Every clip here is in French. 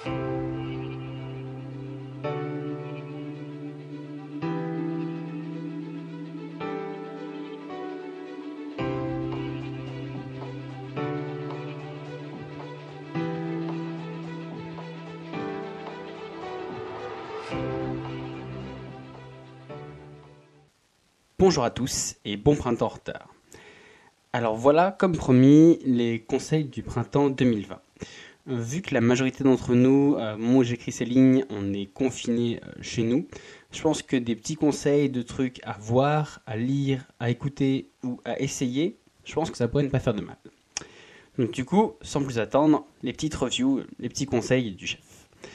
Bonjour à tous et bon printemps en retard. Alors voilà, comme promis, les conseils du printemps 2020. Vu que la majorité d'entre nous, moi j'écris ces lignes, on est confinés chez nous, je pense que des petits conseils de trucs à voir, à lire, à écouter ou à essayer, je pense que ça pourrait ne pas faire de mal. Donc du coup, sans plus attendre, les petites reviews, les petits conseils du chef.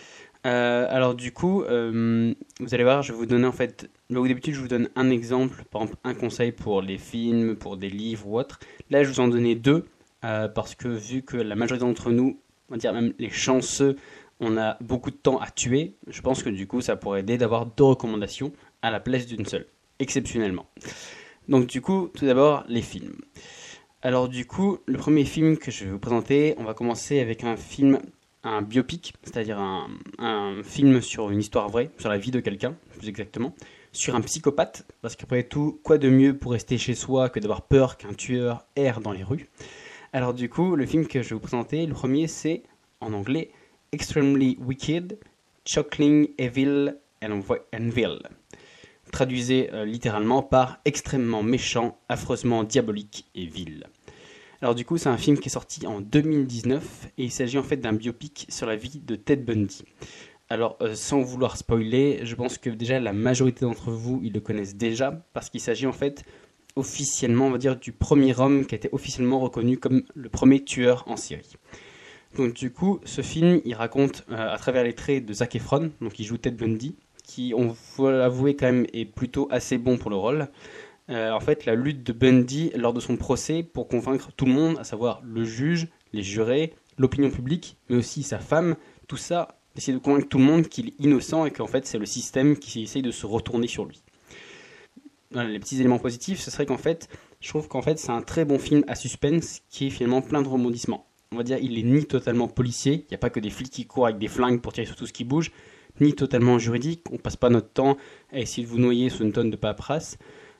Alors du coup, vous allez voir, je vais vous donner en fait, là où d'habitude je vous donne un exemple, par exemple un conseil pour les films, pour des livres ou autre. Là je vous en donnais deux, parce que vu que la majorité d'entre nous, on va dire même les chanceux, on a beaucoup de temps à tuer, je pense que du coup ça pourrait aider d'avoir deux recommandations à la place d'une seule, exceptionnellement. Donc du coup, tout d'abord les films. Alors du coup, le premier film que je vais vous présenter, on va commencer avec un biopic, c'est-à-dire un film sur une histoire vraie, sur la vie de quelqu'un, plus exactement, sur un psychopathe, parce qu'après tout, quoi de mieux pour rester chez soi que d'avoir peur qu'un tueur erre dans les rues. Alors du coup, le film que je vais vous présenter, le premier c'est, en anglais, Extremely Wicked, Shockingly Evil and Vile. Traduisez littéralement par extrêmement méchant, affreusement diabolique et vil. Alors du coup, c'est un film qui est sorti en 2019 et il s'agit en fait d'un biopic sur la vie de Ted Bundy. Alors sans vouloir spoiler, je pense que déjà la majorité d'entre vous, ils le connaissent déjà parce qu'il s'agit en fait officiellement, on va dire, du premier homme qui a été officiellement reconnu comme le premier tueur en série. Donc du coup, ce film, il raconte à travers les traits de Zac Efron, donc il joue Ted Bundy, qui, on faut l'avouer quand même, est plutôt assez bon pour le rôle. En fait, la lutte de Bundy lors de son procès pour convaincre tout le monde, à savoir le juge, les jurés, l'opinion publique, mais aussi sa femme, tout ça, essayer de convaincre tout le monde qu'il est innocent et qu'en fait c'est le système qui essaye de se retourner sur lui. Voilà, les petits éléments positifs, ce serait qu'en fait, je trouve qu'en fait c'est un très bon film à suspense qui est finalement plein de rebondissements. On va dire il est ni totalement policier, il n'y a pas que des flics qui courent avec des flingues pour tirer sur tout ce qui bouge, ni totalement juridique, on passe pas notre temps à essayer de vous noyer sous une tonne de paperasse.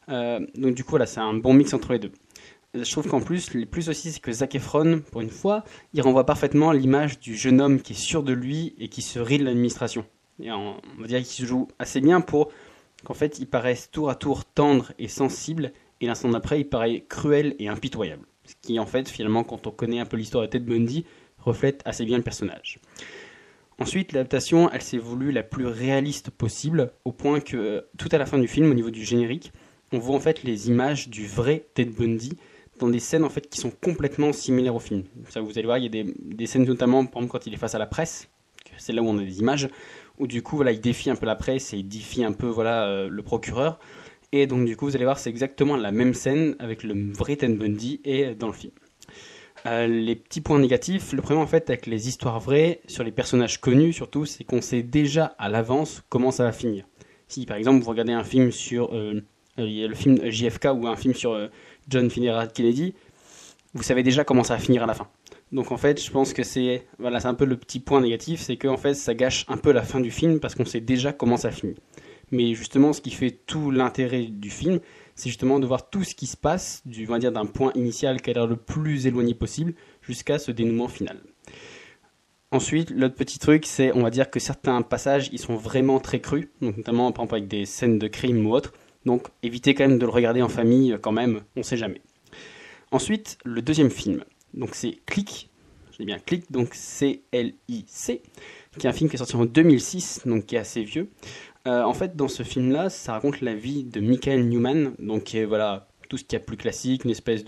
Donc du coup voilà, c'est un bon mix entre les deux. Je trouve qu'en plus, le plus aussi, c'est que Zac Efron, pour une fois, il renvoie parfaitement l'image du jeune homme qui est sûr de lui et qui se rit de l'administration. Et on va dire qu'il se joue assez bien pour qu'en fait, il paraisse tour à tour tendre et sensible, et l'instant d'après, il paraît cruel et impitoyable. Ce qui, en fait, finalement, quand on connaît un peu l'histoire de Ted Bundy, reflète assez bien le personnage. Ensuite, l'adaptation, elle s'est voulue la plus réaliste possible, au point que, tout à la fin du film, au niveau du générique, on voit en fait les images du vrai Ted Bundy dans des scènes en fait qui sont complètement similaires au film. Ça, vous allez voir, il y a des scènes notamment, par exemple quand il est face à la presse, c'est là où on a des images, où du coup voilà, il défie un peu la presse et il défie un peu voilà, le procureur. Et donc du coup vous allez voir, c'est exactement la même scène avec le vrai Ted Bundy et dans le film. Les petits points négatifs, le premier en fait avec les histoires vraies, sur les personnages connus surtout, c'est qu'on sait déjà à l'avance comment ça va finir. Si par exemple vous regardez un film sur le film JFK ou un film sur John Fitzgerald Kennedy, vous savez déjà comment ça va finir à la fin. Donc en fait, je pense que c'est un peu le petit point négatif, c'est que en fait, ça gâche un peu la fin du film parce qu'on sait déjà comment ça finit. Mais justement, ce qui fait tout l'intérêt du film, c'est justement de voir tout ce qui se passe, on va dire d'un point initial qui a l'air le plus éloigné possible, jusqu'à ce dénouement final. Ensuite, l'autre petit truc, c'est, on va dire que certains passages, ils sont vraiment très crus, donc notamment par exemple avec des scènes de crime ou autre. Donc évitez quand même de le regarder en famille quand même, on sait jamais. Ensuite, le deuxième film, donc c'est Click, je dis bien Click, donc C-L-I-C, qui est un film qui est sorti en 2006, donc qui est assez vieux. En fait, dans ce film-là, ça raconte la vie de Michael Newman, donc qui est voilà, tout ce qu'il y a de plus classique,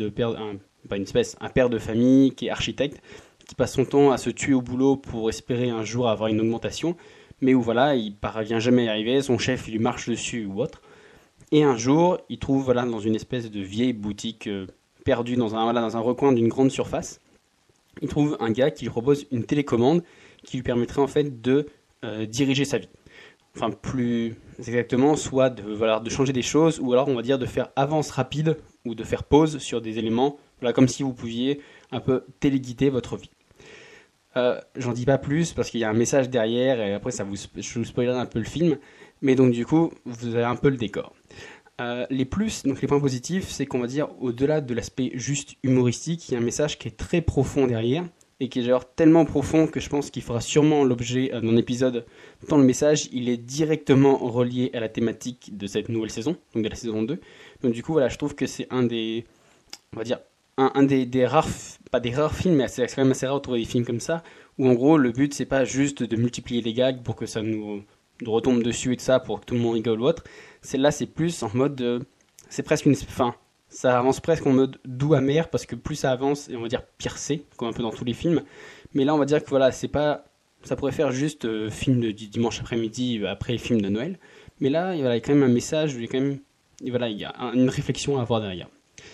un père de famille qui est architecte, qui passe son temps à se tuer au boulot pour espérer un jour avoir une augmentation, mais où voilà, il parvient jamais à y arriver, son chef lui marche dessus ou autre. Et un jour, il trouve dans une espèce de vieille boutique perdue dans un recoin d'une grande surface, il trouve un gars qui lui propose une télécommande qui lui permettrait en fait de diriger sa vie. Enfin, plus exactement, soit de changer des choses, ou alors on va dire de faire avance rapide ou de faire pause sur des éléments, comme si vous pouviez un peu téléguider votre vie. J'en dis pas plus parce qu'il y a un message derrière et après je vous spoilerai un peu le film. Mais donc du coup, vous avez un peu le décor. Les plus, donc les points positifs, c'est qu'on va dire au-delà de l'aspect juste humoristique, il y a un message qui est très profond derrière et qui est genre tellement profond que je pense qu'il fera sûrement l'objet d'un épisode tant le message il est directement relié à la thématique de cette nouvelle saison, donc de la saison 2. Donc du coup voilà, je trouve que c'est un des, on va dire, un des rares, pas des rares films, mais c'est quand même assez rare de trouver des films comme ça, où en gros le but c'est pas juste de multiplier les gags pour que ça nous retombe dessus et tout ça, pour que tout le monde rigole ou autre. Là c'est plus en mode, c'est presque une, fin, ça avance presque en mode doux amer, parce que plus ça avance, et on va dire pire c'est, comme un peu dans tous les films. Mais là on va dire que voilà, c'est pas, ça pourrait faire juste film du dimanche après-midi, après les films de Noël. Mais là, voilà, il y a quand même un message, il y a quand même, voilà, il y a une réflexion à avoir derrière.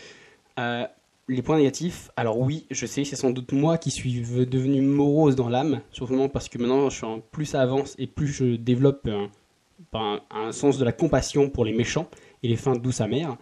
Les points négatifs, alors oui, je sais, c'est sans doute moi qui suis devenu morose dans l'âme, surtout parce que maintenant, plus ça avance et plus je développe un sens de la compassion pour les méchants et les fins douces amères.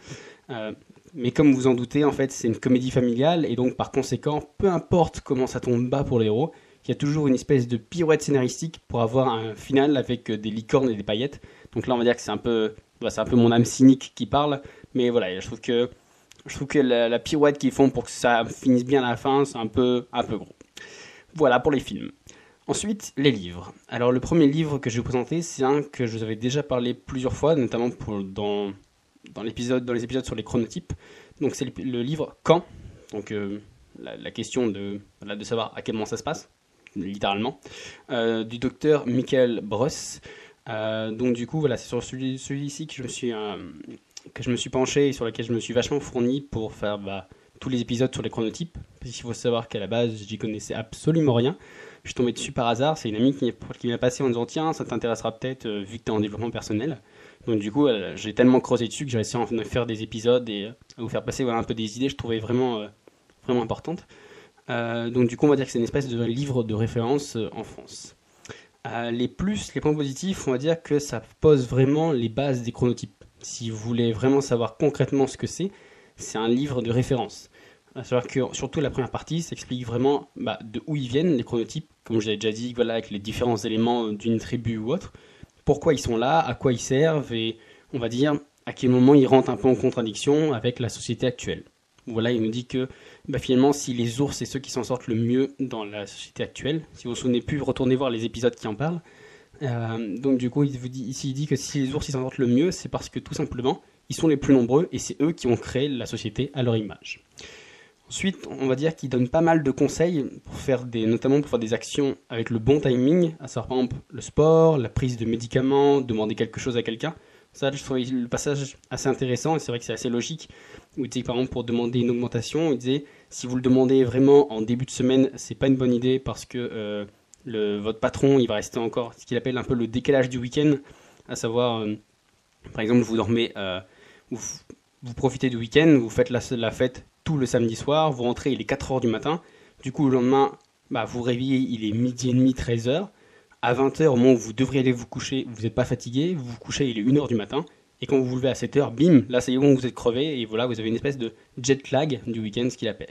Mais comme vous en doutez, en fait, c'est une comédie familiale et donc par conséquent, peu importe comment ça tombe bas pour les héros, il y a toujours une espèce de pirouette scénaristique pour avoir un final avec des licornes et des paillettes. Donc là, on va dire que c'est un peu mon âme cynique qui parle, mais voilà, je trouve que la pirouette qu'ils font pour que ça finisse bien à la fin, c'est un peu gros. Voilà pour les films. Ensuite, les livres. Alors le premier livre que je vais vous présenter, c'est un que je vous avais déjà parlé plusieurs fois, notamment dans les épisodes sur les chronotypes. Donc c'est le livre Quand. Donc la question de savoir à quel moment ça se passe, littéralement, du docteur Michael Bruss. Donc du coup, voilà, c'est sur celui-ci que je me suis penché et sur lequel je me suis vachement fourni pour faire tous les épisodes sur les chronotypes. Parce qu'il faut savoir qu'à la base, j'y connaissais absolument rien. Je suis tombé dessus par hasard. C'est une amie qui m'a passé en disant tiens, ça t'intéressera peut-être vu que tu es en développement personnel. Donc du coup, j'ai tellement creusé dessus que j'ai réussi à en faire des épisodes et à vous faire passer un peu des idées. Je trouvais vraiment importantes. Donc du coup, on va dire que c'est une espèce de livre de référence en France. Les points positifs, on va dire que ça pose vraiment les bases des chronotypes. Si vous voulez vraiment savoir concrètement ce que c'est un livre de référence. C'est-à-dire que surtout la première partie, ça explique vraiment de où ils viennent, les chronotypes, comme je l'avais déjà dit, voilà, avec les différents éléments d'une tribu ou autre, pourquoi ils sont là, à quoi ils servent, et on va dire à quel moment ils rentrent un peu en contradiction avec la société actuelle. Voilà, il nous dit que finalement, si les ours, c'est ceux qui s'en sortent le mieux dans la société actuelle, si vous vous souvenez plus, retournez voir les épisodes qui en parlent. Donc du coup, il dit que si les ours ils s'en sortent le mieux, c'est parce que tout simplement, ils sont les plus nombreux et c'est eux qui ont créé la société à leur image. Ensuite, on va dire qu'il donne pas mal de conseils notamment pour faire des actions avec le bon timing, à savoir par exemple le sport, la prise de médicaments, demander quelque chose à quelqu'un. Ça, je trouvais le passage assez intéressant et c'est vrai que c'est assez logique. Où il disait par exemple pour demander une augmentation, il disait si vous le demandez vraiment en début de semaine, c'est pas une bonne idée parce que votre patron, il va rester encore ce qu'il appelle un peu le décalage du week-end, à savoir par exemple vous dormez, vous profitez du week-end, vous faites la fête tout le samedi soir, vous rentrez, il est 4h du matin, du coup le lendemain, vous réveillez, il est midi et demi, 13h, à 20h, au moment où vous devriez aller vous coucher, vous n'êtes pas fatigué, vous vous couchez, il est 1h du matin, et quand vous vous levez à 7h, bim, là c'est bon, vous êtes crevé, et voilà, vous avez une espèce de jet lag du week-end, ce qu'il appelle.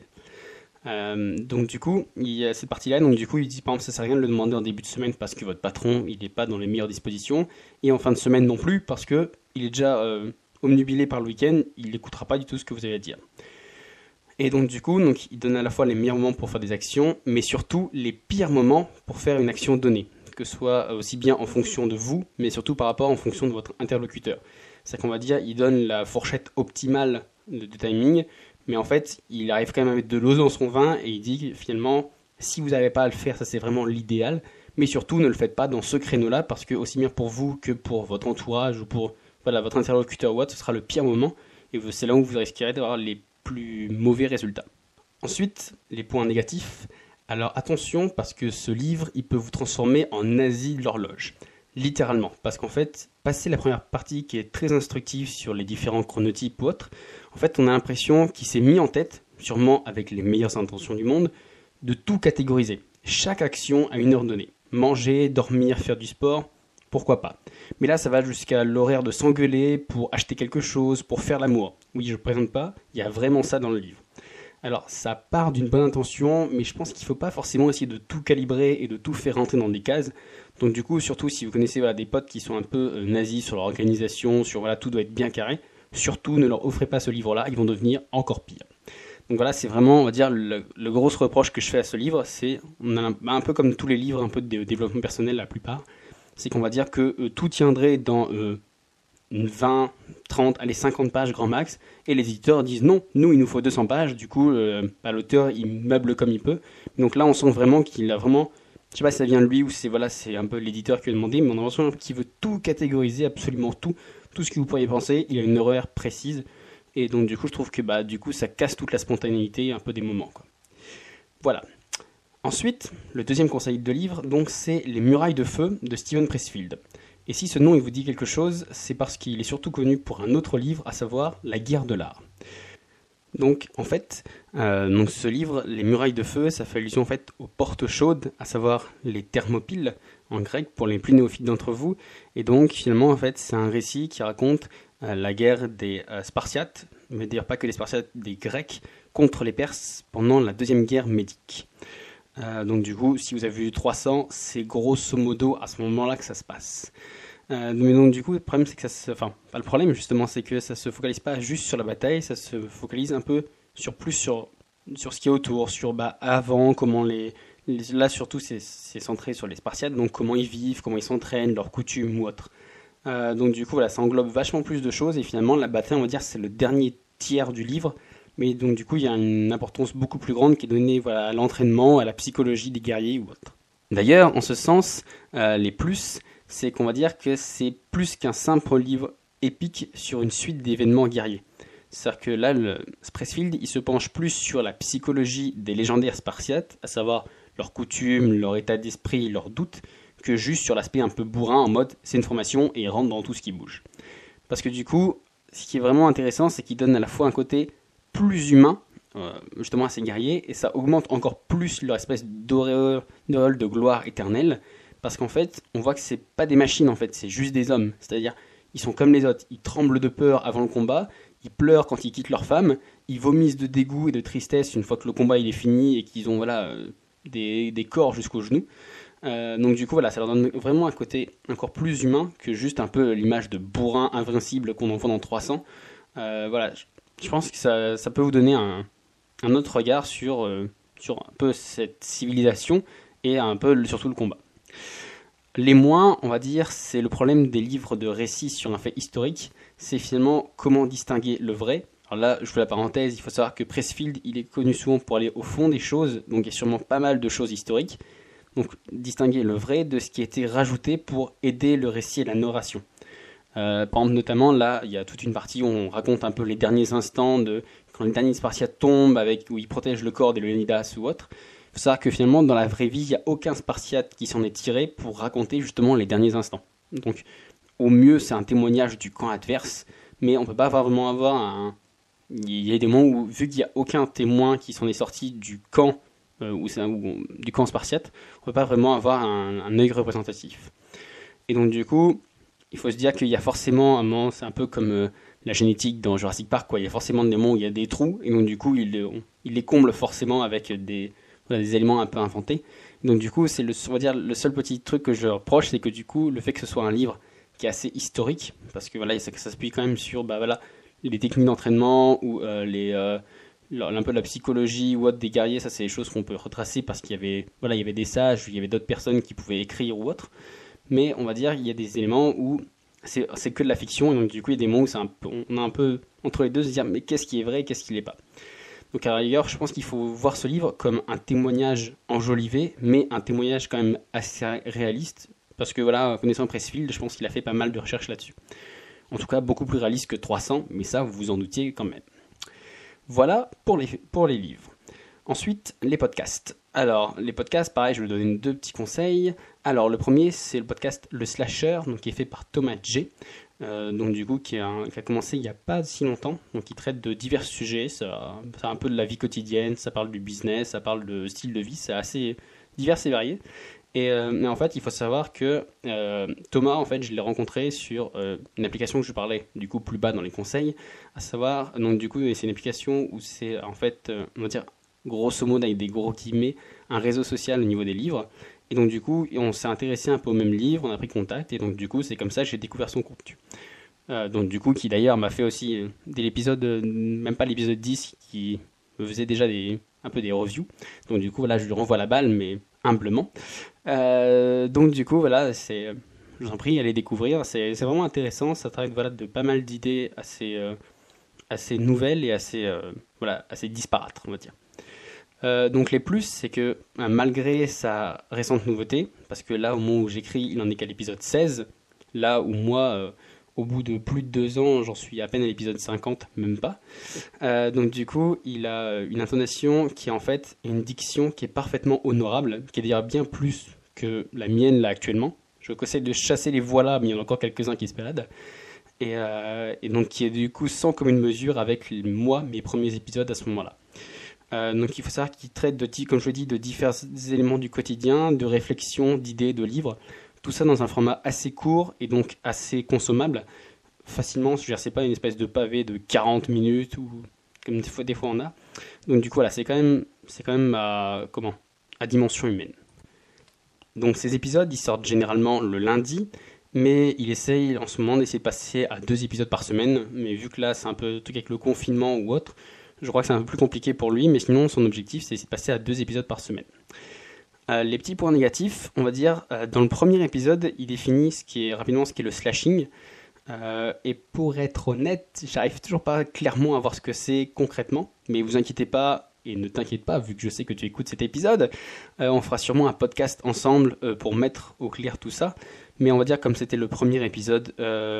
Donc du coup, il y a cette partie-là, donc du coup il dit par exemple ça sert à rien de le demander en début de semaine parce que votre patron, il n'est pas dans les meilleures dispositions, et en fin de semaine non plus, parce que il est déjà omnubilé par le week-end, il n'écoutera pas du tout ce que vous avez à dire. Et donc du coup, il donne à la fois les meilleurs moments pour faire des actions, mais surtout les pires moments pour faire une action donnée, que ce soit aussi bien en fonction de vous, mais surtout par rapport en fonction de votre interlocuteur. C'est qu'on va dire, il donne la fourchette optimale de timing, mais en fait, il arrive quand même à mettre de l'eau dans son vin, et il dit finalement, si vous n'avez pas à le faire, ça c'est vraiment l'idéal, mais surtout ne le faites pas dans ce créneau-là, parce que aussi bien pour vous que pour votre entourage, ou pour votre interlocuteur ou autre, ce sera le pire moment, et c'est là où vous risquerez d'avoir les plus mauvais résultats. Ensuite, les points négatifs. Alors attention, parce que ce livre, il peut vous transformer en nazi de l'horloge. Littéralement. Parce qu'en fait, passer la première partie qui est très instructive sur les différents chronotypes ou autres, en fait, on a l'impression qu'il s'est mis en tête, sûrement avec les meilleures intentions du monde, de tout catégoriser. Chaque action à une heure donnée. Manger, dormir, faire du sport, pourquoi pas. Mais là, ça va jusqu'à l'horaire de s'engueuler pour acheter quelque chose, pour faire l'amour. Oui, je ne présente pas, il y a vraiment ça dans le livre. Alors, ça part d'une bonne intention, mais je pense qu'il ne faut pas forcément essayer de tout calibrer et de tout faire rentrer dans des cases. Donc du coup, surtout si vous connaissez des potes qui sont un peu nazis sur leur organisation, sur tout doit être bien carré, surtout ne leur offrez pas ce livre-là, ils vont devenir encore pire. Donc voilà, c'est vraiment, on va dire, le gros reproche que je fais à ce livre, c'est, on a un peu comme tous les livres un peu de développement personnel, la plupart, c'est qu'on va dire que tout tiendrait dans une 20, 30, allez 50 pages grand max, et les éditeurs disent non, nous il nous faut 200 pages, du coup l'auteur il meuble comme il peut. Donc là on sent vraiment qu'il a vraiment, je sais pas si ça vient de lui ou c'est un peu l'éditeur qui a demandé, mais on a l'impression qu'il veut tout catégoriser, absolument tout ce que vous pourriez penser, il a une horaire précise. Et donc du coup je trouve que du coup ça casse toute la spontanéité un peu des moments, quoi. Voilà. Ensuite, le deuxième conseil de livre, donc c'est Les Murailles de Feu de Steven Pressfield. Et si ce nom il vous dit quelque chose, c'est parce qu'il est surtout connu pour un autre livre, à savoir La Guerre de l'art. Donc en fait, ce livre, Les Murailles de Feu, ça fait allusion en fait aux portes chaudes, à savoir les thermopyles en grec pour les plus néophytes d'entre vous. Et donc finalement en fait c'est un récit qui raconte la guerre des Spartiates, mais d'ailleurs pas que les Spartiates, des Grecs, contre les Perses pendant la deuxième guerre médique. Donc du coup, si vous avez vu 300, c'est grosso modo à ce moment-là que ça se passe. Mais donc du coup, le problème c'est que pas le problème justement, c'est que ça se focalise pas juste sur la bataille, ça se focalise un peu plus sur ce qui est autour, sur avant, comment là surtout c'est centré sur les Spartiates, donc comment ils vivent, comment ils s'entraînent, leurs coutumes ou autres. Donc du coup voilà, ça englobe vachement plus de choses et finalement la bataille on va dire c'est le dernier tiers du livre, mais donc du coup il y a une importance beaucoup plus grande qui est donnée à l'entraînement, à la psychologie des guerriers ou autre. D'ailleurs en ce sens, les plus, c'est qu'on va dire que c'est plus qu'un simple livre épique sur une suite d'événements guerriers. C'est-à-dire que là, Pressfield, il se penche plus sur la psychologie des légendaires Spartiates, à savoir leurs coutumes, leur état d'esprit, leurs doutes, que juste sur l'aspect un peu bourrin en mode c'est une formation et il rentre dans tout ce qui bouge. Parce que du coup, ce qui est vraiment intéressant, c'est qu'il donne à la fois un côté plus humain, justement à ces guerriers, et ça augmente encore plus leur espèce d'auréole de gloire éternelle, parce qu'en fait, on voit que c'est pas des machines en fait, c'est juste des hommes, c'est-à-dire ils sont comme les autres, ils tremblent de peur avant le combat, ils pleurent quand ils quittent leur femme, ils vomissent de dégoût et de tristesse une fois que le combat il est fini et qu'ils ont des corps jusqu'aux genoux. Donc du coup voilà, ça leur donne vraiment un côté encore plus humain que juste un peu l'image de bourrin invincible qu'on en voit dans 300. Voilà, je pense que ça peut vous donner un autre regard sur un peu cette civilisation et un peu surtout le combat. Les moins, on va dire, c'est le problème des livres de récits sur un fait historique, c'est finalement comment distinguer le vrai. Alors là, je fais la parenthèse, il faut savoir que Pressfield, il est connu souvent pour aller au fond des choses, donc il y a sûrement pas mal de choses historiques. Donc distinguer le vrai de ce qui a été rajouté pour aider le récit et la narration. Par exemple, notamment, là, il y a toute une partie où on raconte un peu les derniers instants de quand les derniers Spartiates tombent, où ils protègent le corps des Léonidas ou autre. Il faut savoir que finalement, dans la vraie vie, il n'y a aucun Spartiate qui s'en est tiré pour raconter justement les derniers instants. Donc, au mieux, c'est un témoignage du camp adverse, mais on ne peut pas vraiment avoir Il y a des moments où, vu qu'il n'y a aucun témoin qui s'en est sorti du camp, du camp spartiate, on ne peut pas vraiment avoir un œil représentatif. Et donc, du coup, il faut se dire qu'il y a forcément un moment, c'est un peu comme la génétique dans Jurassic Park, quoi. Il y a forcément des moments où il y a des trous, et donc du coup, il les comble forcément avec des éléments un peu inventés. Donc du coup, on va dire, le seul petit truc que je reproche, c'est que du coup, le fait que ce soit un livre qui est assez historique, parce que ça s'appuie quand même sur les techniques d'entraînement ou un peu de la psychologie ou autre des guerriers, ça c'est des choses qu'on peut retracer parce qu'il y avait des sages, il y avait d'autres personnes qui pouvaient écrire ou autre. Mais on va dire il y a des éléments où c'est que de la fiction, et donc du coup il y a des moments où on a un peu entre les deux se dire mais qu'est-ce qui est vrai, qu'est-ce qui l'est pas. Donc à la rigueur, je pense qu'il faut voir ce livre comme un témoignage enjolivé, mais un témoignage quand même assez réaliste, parce que connaissant Pressfield, je pense qu'il a fait pas mal de recherches là-dessus. En tout cas, beaucoup plus réaliste que 300, mais ça, vous vous en doutiez quand même. Voilà pour les livres. Ensuite, les podcasts. Alors, les podcasts, pareil, je vais vous donner 2 petits conseils. Alors, le premier, c'est le podcast Le Slasher, donc, qui est fait par Thomas J. Donc, du coup, qui a commencé il n'y a pas si longtemps. Donc, il traite de divers sujets. Ça un peu de la vie quotidienne, ça parle du business, ça parle de style de vie. C'est assez divers et varié. Mais en fait, il faut savoir que Thomas, en fait, je l'ai rencontré sur une application que je parlais du coup plus bas dans les conseils, à savoir, donc du coup, c'est une application où c'est en fait, on va dire, grosso modo avec des gros guillemets, un réseau social au niveau des livres. Et donc du coup, on s'est intéressé un peu au même livre, on a pris contact, et donc du coup, c'est comme ça que j'ai découvert son contenu. Donc du coup, qui d'ailleurs m'a fait aussi dès l'épisode, même pas l'épisode 10, qui me faisait déjà un peu des reviews. Donc du coup, voilà, je lui renvoie la balle, mais humblement. Donc du coup, voilà, je vous en prie, allez découvrir. C'est vraiment intéressant, ça traite voilà, de pas mal d'idées assez nouvelles et assez disparates, on va dire. Donc les plus, c'est que malgré sa récente nouveauté, parce que là, au moment où j'écris, il en est qu'à l'épisode 16, là où moi, au bout de plus de 2 ans, j'en suis à peine à l'épisode 50, même pas. Donc du coup, il a une intonation qui est en fait une diction qui est parfaitement honorable, qui est d'ailleurs bien plus que la mienne là actuellement. Je conseille de chasser les voilà, mais il y en a encore quelques-uns qui se baladent. Et donc qui est du coup sans commune mesure avec moi, mes premiers épisodes à ce moment-là. Donc il faut savoir qu'il traite comme je le dis, de divers éléments du quotidien, de réflexion, d'idées, de livres. Tout ça dans un format assez court et donc assez consommable. Facilement, je veux dire, c'est pas une espèce de pavé de 40 minutes ou comme des fois on a. Donc du coup voilà, c'est quand même à dimension humaine. Donc ces épisodes, ils sortent généralement le lundi, mais il essaye en ce moment d'essayer de passer à 2 épisodes par semaine. Mais vu que là c'est un peu truc avec le confinement ou autre, je crois que c'est un peu plus compliqué pour lui, mais sinon son objectif c'est de passer à 2 épisodes par semaine. Les petits points négatifs, on va dire, dans le premier épisode, il définit ce qui est le slashing. Et pour être honnête, j'arrive toujours pas clairement à voir ce que c'est concrètement, mais vous inquiétez pas, et ne t'inquiète pas, vu que je sais que tu écoutes cet épisode, on fera sûrement un podcast ensemble pour mettre au clair tout ça, mais on va dire comme c'était le premier épisode,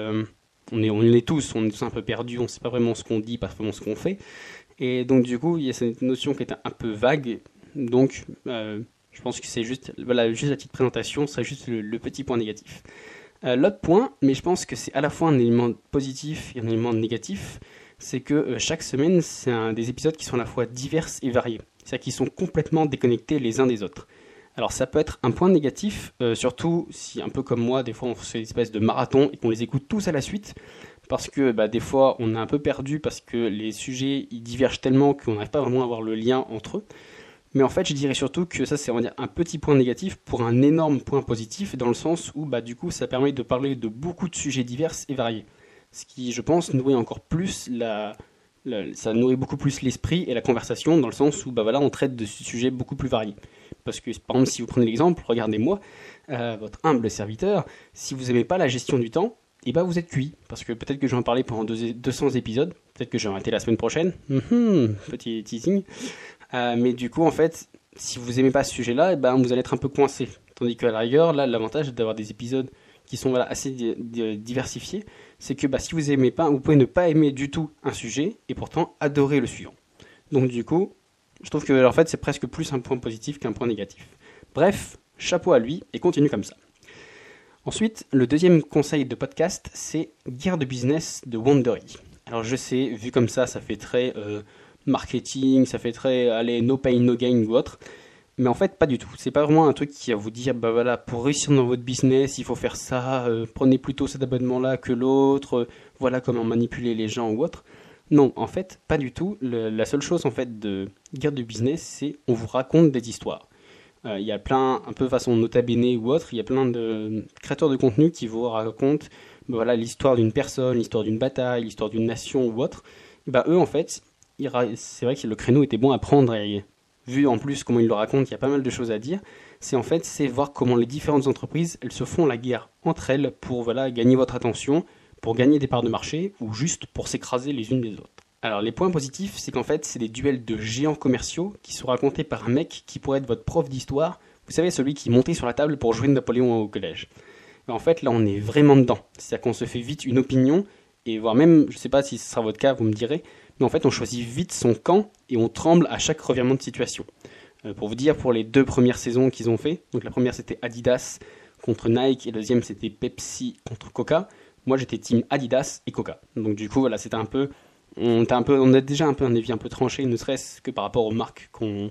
on est tous un peu perdus, on sait pas vraiment ce qu'on dit, pas vraiment ce qu'on fait, et donc du coup il y a cette notion qui est un peu vague, donc je pense que c'est juste, voilà, juste la petite présentation, c'est juste le petit point négatif. L'autre point, mais je pense que c'est à la fois un élément positif et un élément négatif, c'est que chaque semaine, c'est des épisodes qui sont à la fois divers et variés. C'est-à-dire qu'ils sont complètement déconnectés les uns des autres. Alors ça peut être un point négatif, surtout si, un peu comme moi, des fois on fait une espèce de marathon et qu'on les écoute tous à la suite, parce que des fois on est un peu perdu parce que les sujets ils divergent tellement qu'on n'arrive pas vraiment à avoir le lien entre eux. Mais en fait, je dirais surtout que ça, c'est on va dire, un petit point négatif pour un énorme point positif, dans le sens où du coup, ça permet de parler de beaucoup de sujets divers et variés. Ce qui, je pense, nourrit encore plus ça nourrit beaucoup plus l'esprit et la conversation, dans le sens où voilà, on traite de sujets beaucoup plus variés. Parce que, par exemple, si vous prenez l'exemple, regardez-moi, votre humble serviteur, si vous n'aimez pas la gestion du temps, et vous êtes cuit. Parce que peut-être que je vais en parler pendant 200 épisodes, peut-être que je vais arrêter la semaine prochaine. Petit teasing. Mais du coup, en fait, si vous aimez pas ce sujet-là, vous allez être un peu coincé. Tandis qu'à la rigueur, là, l'avantage d'avoir des épisodes qui sont assez diversifiés, c'est que si vous aimez pas, vous pouvez ne pas aimer du tout un sujet et pourtant adorer le suivant. Donc du coup, je trouve que en fait, c'est presque plus un point positif qu'un point négatif. Bref, chapeau à lui et continue comme ça. Ensuite, le deuxième conseil de podcast, c'est Guerre de business de Wandery. Alors je sais, vu comme ça fait très marketing, ça fait très, allez, no pain, no gain ou autre. Mais en fait, pas du tout. C'est pas vraiment un truc qui va vous dire, voilà, pour réussir dans votre business, il faut faire ça, prenez plutôt cet abonnement-là que l'autre, voilà comment manipuler les gens ou autre. Non, en fait, pas du tout. La seule chose, en fait, de Guerre de business, c'est on vous raconte des histoires. Il y a plein, un peu façon Nota Bene ou autre, il y a plein de créateurs de contenu qui vous racontent voilà, l'histoire d'une personne, l'histoire d'une bataille, l'histoire d'une nation ou autre. Eux, en fait, c'est vrai que le créneau était bon à prendre et vu en plus comment ils le racontent, il y a pas mal de choses à dire. C'est voir comment les différentes entreprises, elles se font la guerre entre elles pour gagner votre attention, pour gagner des parts de marché ou juste pour s'écraser les unes les autres. Alors les points positifs, c'est qu'en fait, c'est des duels de géants commerciaux qui sont racontés par un mec qui pourrait être votre prof d'histoire. Vous savez, celui qui montait sur la table pour jouer Napoléon au collège. Mais en fait, là, on est vraiment dedans. C'est-à-dire qu'on se fait vite une opinion, et voire même, je sais pas si ce sera votre cas, vous me direz, mais en fait, on choisit vite son camp, et on tremble à chaque revirement de situation. Pour vous dire, pour les 2 premières saisons qu'ils ont fait, donc la première c'était Adidas contre Nike, et la deuxième c'était Pepsi contre Coca, moi j'étais team Adidas et Coca. Donc du coup, voilà, c'était un peu... On a déjà un peu un avis un peu tranché, ne serait-ce que par rapport aux marques qu'on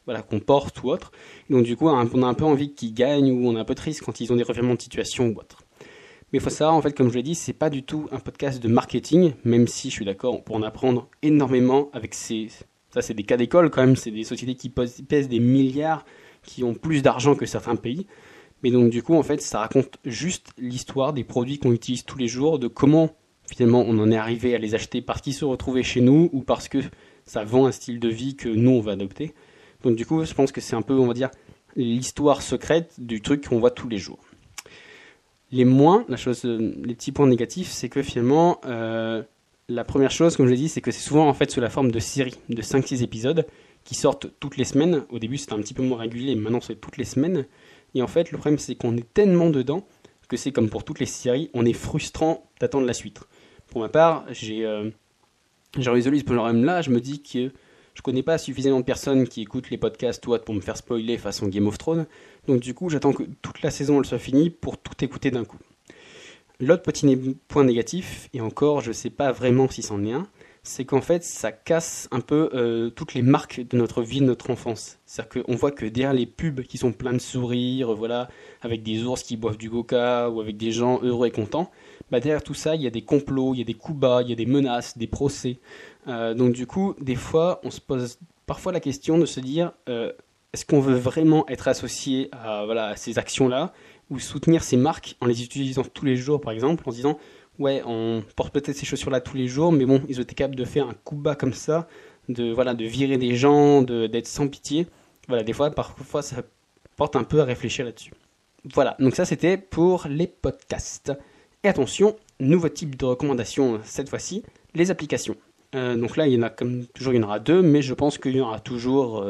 qu'on porte ou autre. Donc du coup, on a un peu envie qu'ils gagnent ou on est un peu triste quand ils ont des revirements de situation ou autre. Mais il faut savoir, en fait, comme je l'ai dit, c'est pas du tout un podcast de marketing, même si je suis d'accord, on peut en apprendre énormément avec ça c'est des cas d'école quand même, c'est des sociétés qui pèsent des milliards, qui ont plus d'argent que certains pays. Mais donc du coup, en fait, ça raconte juste l'histoire des produits qu'on utilise tous les jours, de comment finalement on en est arrivé à les acheter parce qu'ils se retrouvaient chez nous ou parce que ça vend un style de vie que nous on va adopter. Donc du coup, je pense que c'est un peu, on va dire, l'histoire secrète du truc qu'on voit tous les jours. Les petits points négatifs, c'est que finalement, la première chose, comme je l'ai dit, c'est que c'est souvent en fait sous la forme de séries de 5-6 épisodes qui sortent toutes les semaines. Au début, c'était un petit peu moins régulier, maintenant c'est toutes les semaines. Et en fait, le problème, c'est qu'on est tellement dedans que c'est comme pour toutes les séries, on est frustrant d'attendre la suite. Pour ma part, j'ai résolu ce problème-là, je me dis que je connais pas suffisamment de personnes qui écoutent les podcasts ou autres pour me faire spoiler façon Game of Thrones. Donc du coup, j'attends que toute la saison elle soit finie pour tout écouter d'un coup. L'autre petit point négatif, et encore, je sais pas vraiment si c'en est un, c'est qu'en fait, ça casse un peu toutes les marques de notre vie, de notre enfance. C'est-à-dire qu'on voit que derrière les pubs qui sont pleins de sourires, voilà, avec des ours qui boivent du coca ou avec des gens heureux et contents, derrière tout ça, il y a des complots, il y a des coups bas, il y a des menaces, des procès. Donc du coup, des fois, on se pose parfois la question de se dire est-ce qu'on veut vraiment être associé à ces actions-là ou soutenir ces marques en les utilisant tous les jours, par exemple, en se disant ouais, on porte peut-être ces chaussures-là tous les jours, mais bon, ils ont été capables de faire un coup bas comme ça, de virer des gens, d'être sans pitié. Voilà, des fois, parfois, ça porte un peu à réfléchir là-dessus. Voilà, donc ça c'était pour les podcasts. Et attention, nouveau type de recommandation cette fois-ci, les applications. Donc là, il y en a comme toujours, il y en aura deux, mais je pense qu'il y en aura toujours,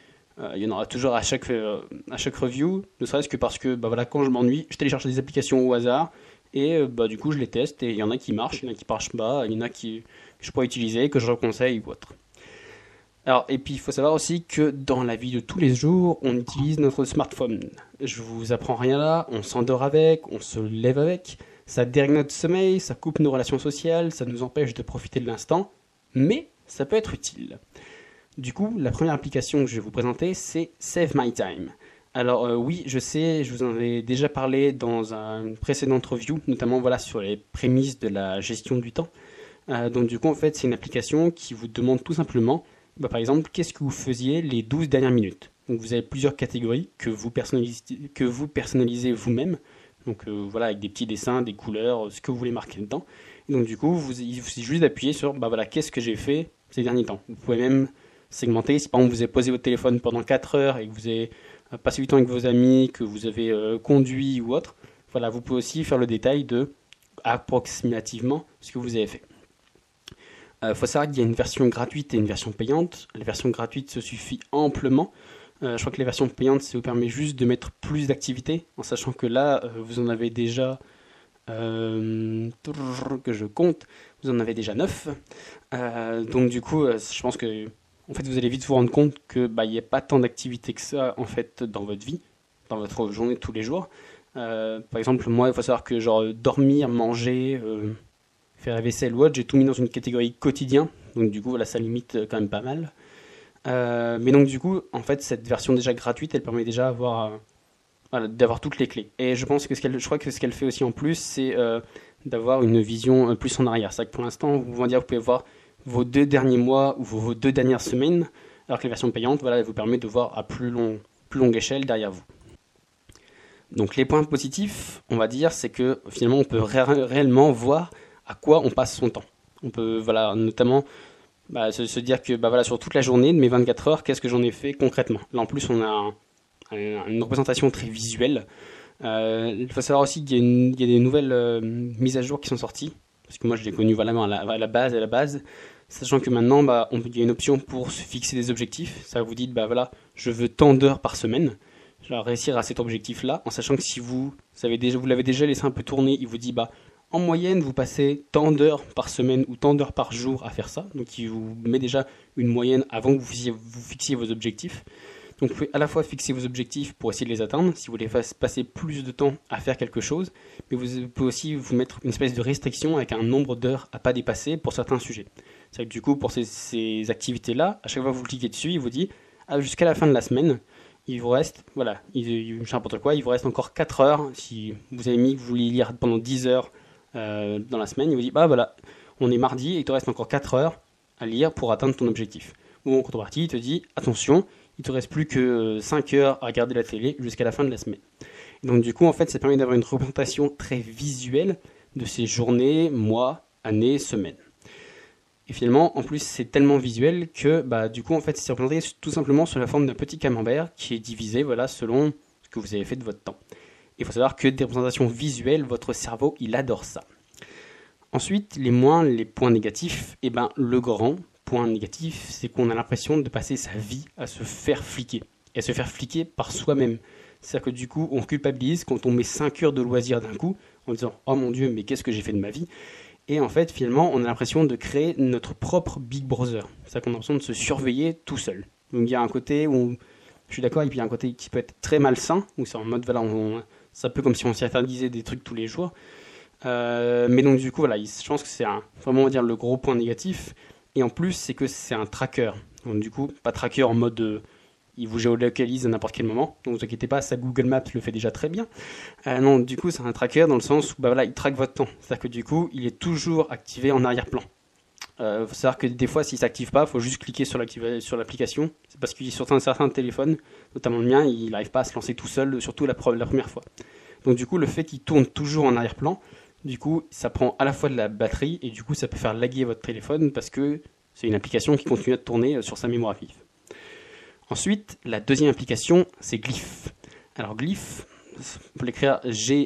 à chaque review, ne serait-ce que parce que quand je m'ennuie, je télécharge des applications au hasard et du coup je les teste et il y en a qui marchent, il y en a qui marchent pas, il y en a que je pourrais utiliser, que je reconseille ou autre. Alors, et puis il faut savoir aussi que dans la vie de tous les jours, on utilise notre smartphone. Je vous apprends rien là, on s'endort avec, on se lève avec, ça dérègle notre sommeil, ça coupe nos relations sociales, ça nous empêche de profiter de l'instant, mais ça peut être utile. Du coup, la première application que je vais vous présenter, c'est Save My Time. Alors oui, je sais, je vous en avais déjà parlé dans une précédente review, notamment sur les prémices de la gestion du temps. Donc du coup, en fait, c'est une application qui vous demande tout simplement, par exemple, qu'est-ce que vous faisiez les 12 dernières minutes. Donc vous avez plusieurs catégories que vous personnalisez vous-même. Donc avec des petits dessins, des couleurs, ce que vous voulez marquer dedans. Et donc du coup, il suffit juste d'appuyer sur qu'est-ce que j'ai fait ces derniers temps. Vous pouvez même segmenter, si par exemple vous avez posé votre téléphone pendant 4 heures et que vous avez passé du temps avec vos amis, que vous avez conduit ou autre, vous pouvez aussi faire le détail de approximativement ce que vous avez fait. Faut savoir qu'il y a une version gratuite et une version payante. La version gratuite se suffit amplement. Je crois que la version payante, ça vous permet juste de mettre plus d'activités, en sachant que là, vous en avez déjà, que je compte, vous en avez déjà 9. Donc du coup, je pense que en fait, vous allez vite vous rendre compte que il n'y a pas tant d'activités que ça en fait dans votre vie, dans votre journée de tous les jours. Par exemple, moi, il faut savoir que dormir, manger, faire la vaisselle ou autre, j'ai tout mis dans une catégorie quotidien. Donc du coup, ça limite quand même pas mal. Mais donc du coup, en fait, cette version déjà gratuite, elle permet déjà d'avoir toutes les clés. Et je pense que je crois que ce qu'elle fait aussi en plus, c'est d'avoir une vision plus en arrière. C'est-à-dire que pour l'instant, vous pouvez voir vos 2 derniers mois ou vos 2 dernières semaines, alors que la version payante, elle vous permet de voir à plus longue échelle derrière vous. Donc les points positifs, on va dire, c'est que finalement, on peut réellement voir à quoi on passe son temps. On peut notamment se dire que sur toute la journée de mes 24 heures, qu'est-ce que j'en ai fait concrètement. Là en plus, on a une représentation très visuelle. Il faut savoir aussi qu'il y a des nouvelles mises à jour qui sont sorties, parce que moi je l'ai connu à la base, sachant que maintenant il y a une option pour se fixer des objectifs. Ça vous dit je veux tant d'heures par semaine. Je vais réussir à cet objectif là, en sachant que si vous l'avez déjà laissé un peu tourner, il vous dit en moyenne vous passez tant d'heures par semaine ou tant d'heures par jour à faire ça. Donc il vous met déjà une moyenne avant que vous fixiez vos objectifs. Donc vous pouvez à la fois fixer vos objectifs pour essayer de les atteindre, si vous voulez passer plus de temps à faire quelque chose, mais vous pouvez aussi vous mettre une espèce de restriction avec un nombre d'heures à pas dépasser pour certains sujets. C'est-à-dire que du coup, pour ces activités-là, à chaque fois que vous cliquez dessus, il vous dit jusqu'à la fin de la semaine, il vous reste, voilà, je sais n'importe quoi, il vous reste encore 4 heures. Si vous avez mis que vous vouliez lire pendant 10 heures dans la semaine, il vous dit, bah voilà, on est mardi et il te reste encore 4 heures à lire pour atteindre ton objectif. Ou en contrepartie, il te dit, attention, il te reste plus que 5 heures à regarder la télé jusqu'à la fin de la semaine. Et donc du coup, en fait, ça permet d'avoir une représentation très visuelle de ces journées, mois, années, semaines. Et finalement, en plus, c'est tellement visuel que, du coup, en fait, c'est représenté tout simplement sous la forme d'un petit camembert qui est divisé, voilà, selon ce que vous avez fait de votre temps. Il faut savoir que des représentations visuelles, votre cerveau, il adore ça. Ensuite, les points négatifs, le grand point négatif, c'est qu'on a l'impression de passer sa vie à se faire fliquer. Et à se faire fliquer par soi-même. C'est-à-dire que du coup, on culpabilise quand on met 5 heures de loisirs d'un coup, en disant « Oh mon Dieu, mais qu'est-ce que j'ai fait de ma vie ?» Et en fait, finalement, on a l'impression de créer notre propre Big Brother. C'est-à-dire qu'on a l'impression de se surveiller tout seul. Donc il y a un côté où, je suis d'accord, et puis il y a un côté qui peut être très malsain, où c'est en mode, voilà, c'est un peu comme si on s'y interdisait des trucs tous les jours. Mais donc du coup, voilà, je pense que c'est vraiment, on va dire, le gros point négatif. Et en plus, c'est que c'est un tracker. Donc du coup, pas tracker en mode... il vous géolocalise à n'importe quel moment. Donc ne vous inquiétez pas, ça Google Maps le fait déjà très bien. Non, du coup, c'est un tracker dans le sens où il traque votre temps. C'est-à-dire que du coup, il est toujours activé en arrière-plan. Faut savoir que des fois, s'il ne s'active pas, il faut juste cliquer sur l'application. C'est parce qu'il est sur un certain téléphone, notamment le mien, il n'arrive pas à se lancer tout seul, surtout la première fois. Donc du coup, le fait qu'il tourne toujours en arrière-plan, du coup, ça prend à la fois de la batterie et du coup, ça peut faire laguer votre téléphone parce que c'est une application qui continue à tourner sur sa mémoire vive. Ensuite, la deuxième application, c'est Glyph. Alors Glyph, on peut l'écrire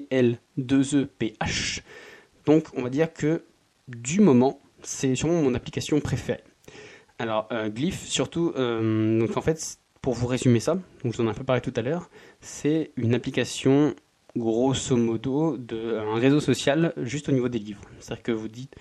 G-L-2-E-P-H. Donc on va dire que du moment, c'est sûrement mon application préférée. Alors Glyph, surtout, donc en fait, pour vous résumer ça, donc je vous en ai un peu parlé tout à l'heure, c'est une application grosso modo d'un réseau social juste au niveau des livres. C'est-à-dire que vous dites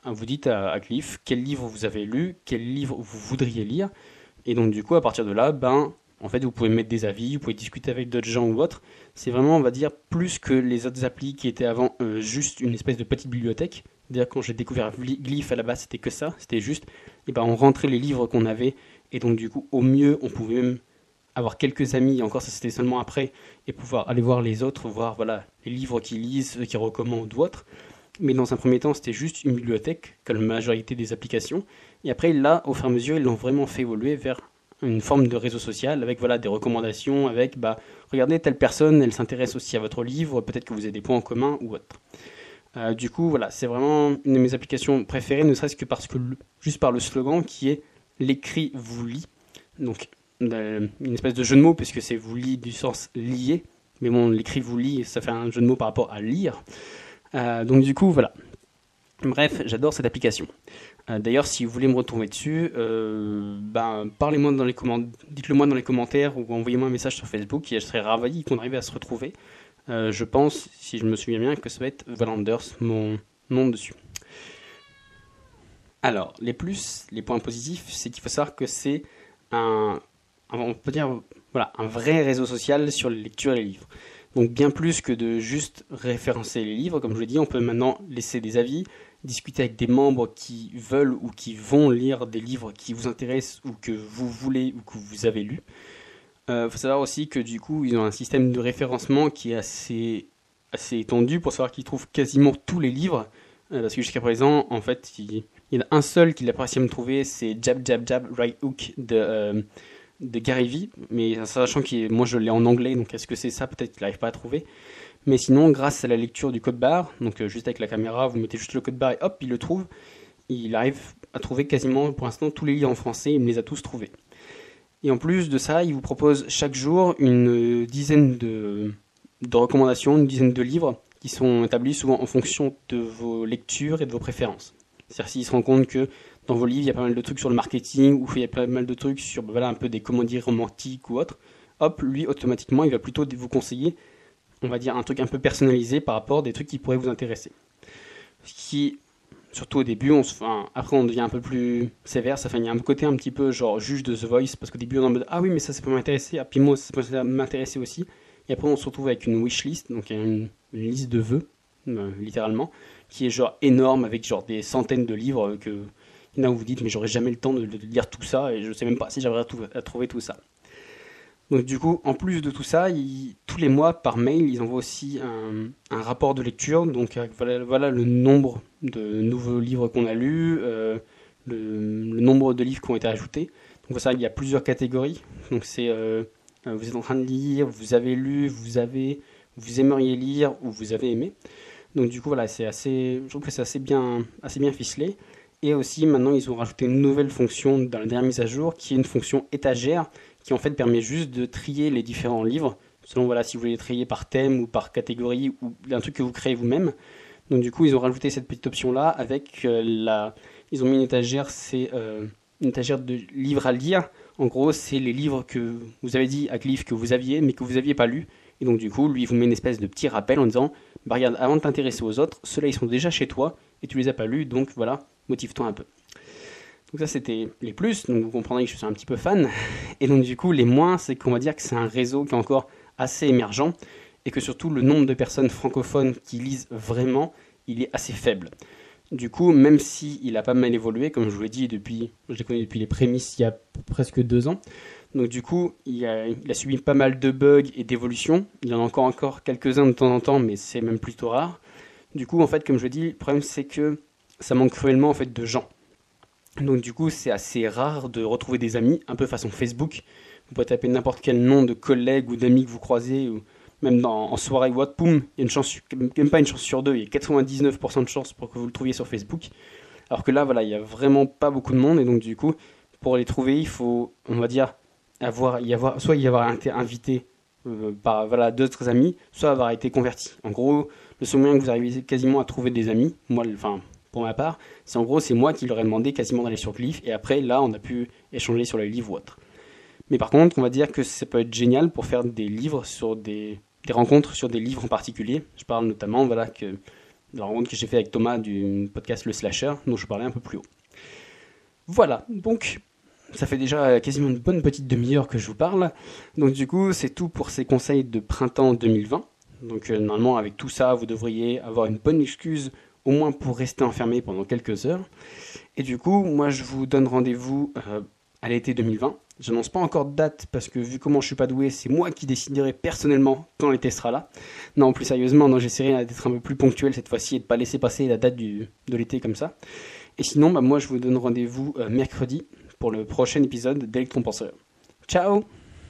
à Glyph quel livre vous avez lu, quel livre vous voudriez lire. Et donc du coup, à partir de là, en fait, vous pouvez mettre des avis, vous pouvez discuter avec d'autres gens ou autres. C'est vraiment, on va dire, plus que les autres applis qui étaient avant juste une espèce de petite bibliothèque. D'ailleurs, quand j'ai découvert Glyph à la base, c'était que ça. C'était juste, on rentrait les livres qu'on avait. Et donc du coup, au mieux, on pouvait même avoir quelques amis, et encore ça c'était seulement après, et pouvoir aller voir les autres, voir voilà, les livres qu'ils lisent, ceux qu'ils recommandent ou autres. Mais dans un premier temps, c'était juste une bibliothèque, comme la majorité des applications. Et après, là, au fur et à mesure, ils l'ont vraiment fait évoluer vers une forme de réseau social, avec voilà, des recommandations, avec regardez, telle personne, elle s'intéresse aussi à votre livre, peut-être que vous avez des points en commun ou autre. Du coup, voilà, c'est vraiment une de mes applications préférées, ne serait-ce que juste par le slogan qui est « l'écrit vous lit ». Donc, une espèce de jeu de mots, puisque c'est vous lit du sens lié. Mais bon, l'écrit vous lit, ça fait un jeu de mots par rapport à lire. Donc du coup, voilà. Bref, j'adore cette application. D'ailleurs, si vous voulez me retrouver dessus, parlez-moi dans les dites-le moi dans les commentaires ou envoyez-moi un message sur Facebook et je serais ravi qu'on arrive à se retrouver. Je pense, si je me souviens bien, que ça va être Valanders, mon nom dessus. Alors, les points positifs, c'est qu'il faut savoir que c'est on peut dire, voilà, un vrai réseau social sur les lectures et les livres. Donc bien plus que de juste référencer les livres, comme je vous l'ai dit, on peut maintenant laisser des avis, discuter avec des membres qui veulent ou qui vont lire des livres qui vous intéressent ou que vous voulez ou que vous avez lus. Faut savoir aussi que du coup, ils ont un système de référencement qui est assez étendu pour savoir qu'ils trouvent quasiment tous les livres, parce que jusqu'à présent, en fait, il y en a un seul qu'il a pas réussi à me trouver, c'est Jab Jab Jab Right Hook de Gary Vee, mais sachant que moi je l'ai en anglais, donc est-ce que c'est ça? Peut-être qu'il n'arrive pas à trouver. Mais sinon, grâce à la lecture du code barre, donc juste avec la caméra, vous mettez juste le code barre et hop, il le trouve. Il arrive à trouver quasiment pour l'instant tous les livres en français, il me les a tous trouvés. Et en plus de ça, il vous propose chaque jour une dizaine de recommandations, une dizaine de livres qui sont établis souvent en fonction de vos lectures et de vos préférences. C'est-à-dire s'il se rend compte que dans vos livres, il y a pas mal de trucs sur le marketing, ou il y a pas mal de trucs sur un peu des comédies romantiques ou autres, hop, lui, automatiquement, il va plutôt vous conseiller, on va dire, un truc un peu personnalisé par rapport à des trucs qui pourraient vous intéresser. Ce qui, surtout au début, après on devient un peu plus sévère, il y a un côté un petit peu genre juge de The Voice, parce qu'au début on est en mode, ah oui, mais ça peut m'intéresser, puis moi, ça peut m'intéresser aussi. Et après on se retrouve avec une wishlist, donc une liste de vœux, littéralement, qui est genre énorme, avec genre des centaines de livres que... Là où vous dites, mais j'aurais jamais le temps de lire tout ça et je sais même pas si j'arriverai à trouver tout ça. Donc du coup, en plus de tout ça, tous les mois par mail, ils envoient aussi un rapport de lecture. Donc voilà le nombre de nouveaux livres qu'on a lus, le nombre de livres qui ont été ajoutés. Donc voilà, il y a plusieurs catégories. Donc c'est vous êtes en train de lire, vous avez lu, vous aimeriez lire ou vous avez aimé. Donc du coup voilà, je trouve que c'est assez bien ficelé. Et aussi maintenant ils ont rajouté une nouvelle fonction dans la dernière mise à jour qui est une fonction étagère qui en fait permet juste de trier les différents livres selon voilà si vous voulez les trier par thème ou par catégorie ou un truc que vous créez vous-même. Donc du coup ils ont rajouté cette petite option là avec ils ont mis une étagère, c'est une étagère de livres à lire. En gros c'est les livres que vous avez dit à Cliff que vous aviez mais que vous aviez pas lu. Et donc du coup lui il vous met une espèce de petit rappel en disant bah regarde, avant de t'intéresser aux autres, ceux-là ils sont déjà chez toi et tu les as pas lus, donc voilà, motive-toi un peu. Donc ça c'était les plus, donc vous comprendrez que je suis un petit peu fan. Et donc du coup les moins, c'est qu'on va dire que c'est un réseau qui est encore assez émergent et que surtout le nombre de personnes francophones qui lisent vraiment, il est assez faible. Du coup, même si il a pas mal évolué, comme je vous l'ai dit, je l'ai connu depuis les prémices il y a presque 2 ans. Donc du coup, il a subi pas mal de bugs et d'évolutions. Il y en a encore quelques-uns de temps en temps, mais c'est même plutôt rare. Du coup, en fait, comme je dis, le problème c'est que ça manque cruellement en fait de gens. Donc du coup, c'est assez rare de retrouver des amis, un peu façon Facebook. Vous pouvez taper n'importe quel nom de collègue ou d'amis que vous croisez, ou même en soirée ou autre, poum, il y a une chance, même pas une chance sur deux, il y a 99% de chances pour que vous le trouviez sur Facebook. Alors que là, voilà, il y a vraiment pas beaucoup de monde, et donc du coup, pour les trouver, il faut, on va dire, soit y avoir été invité par voilà, d'autres amis, soit avoir été converti. En gros, le seul moyen que vous arrivez quasiment à trouver des amis, moi, enfin, pour ma part, c'est moi qui leur ai demandé quasiment d'aller sur Glyph, et après, là, on a pu échanger sur les livres ou autre. Mais par contre, on va dire que ça peut être génial pour faire des livres sur des rencontres sur des livres en particulier. Je parle notamment voilà, de la rencontre que j'ai fait avec Thomas du podcast Le Slasher, dont je parlais un peu plus haut. Voilà, donc ça fait déjà quasiment une bonne petite demi-heure que je vous parle. Donc du coup, c'est tout pour ces conseils de printemps 2020. Donc normalement, avec tout ça, vous devriez avoir une bonne excuse, au moins pour rester enfermé pendant quelques heures. Et du coup, moi, je vous donne rendez-vous à l'été 2020. Je n'annonce pas encore de date parce que vu comment je suis pas doué, c'est moi qui déciderai personnellement quand l'été sera là. Non, plus sérieusement, non, j'essaierai d'être un peu plus ponctuel cette fois-ci et de pas laisser passer la date de l'été comme ça. Et sinon, moi je vous donne rendez-vous mercredi pour le prochain épisode d'Electron Penseur. Ciao!